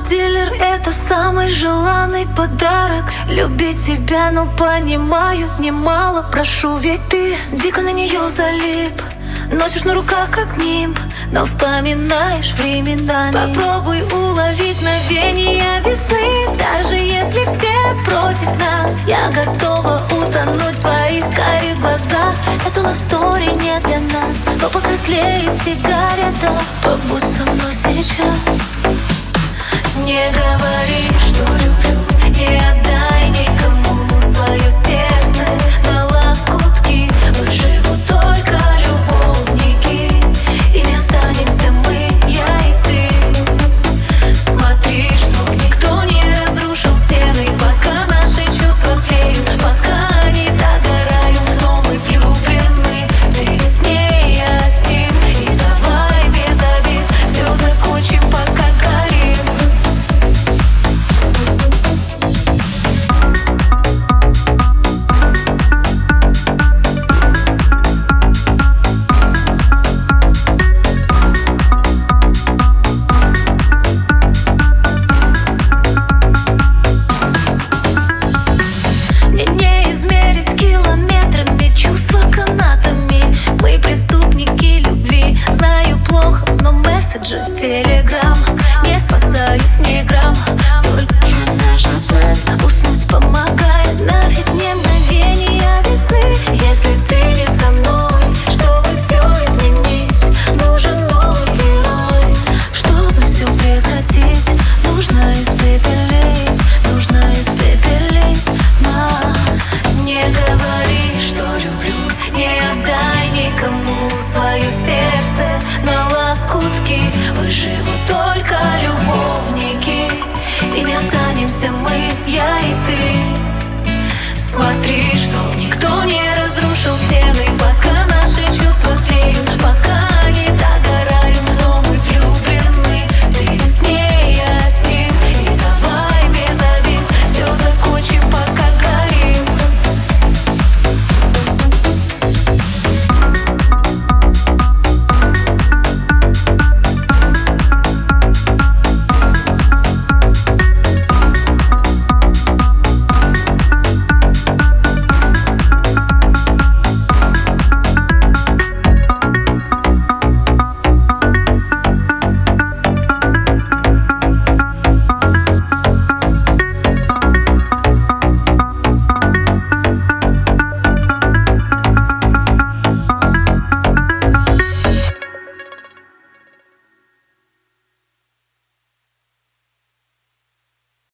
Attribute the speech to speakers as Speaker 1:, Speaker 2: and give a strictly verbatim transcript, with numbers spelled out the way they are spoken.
Speaker 1: дилер, это самый желанный подарок. Любить тебя, но понимаю, немало прошу. Ведь ты дико на нее залип, носишь на руках как нимб, но вспоминаешь временами. Попробуй уловить мгновение весны, даже если все против нас. Я готова утонуть в твоих карих глазах. Это love story не для нас, но пока тлеет сигарета, побудь со мной сейчас. Не говори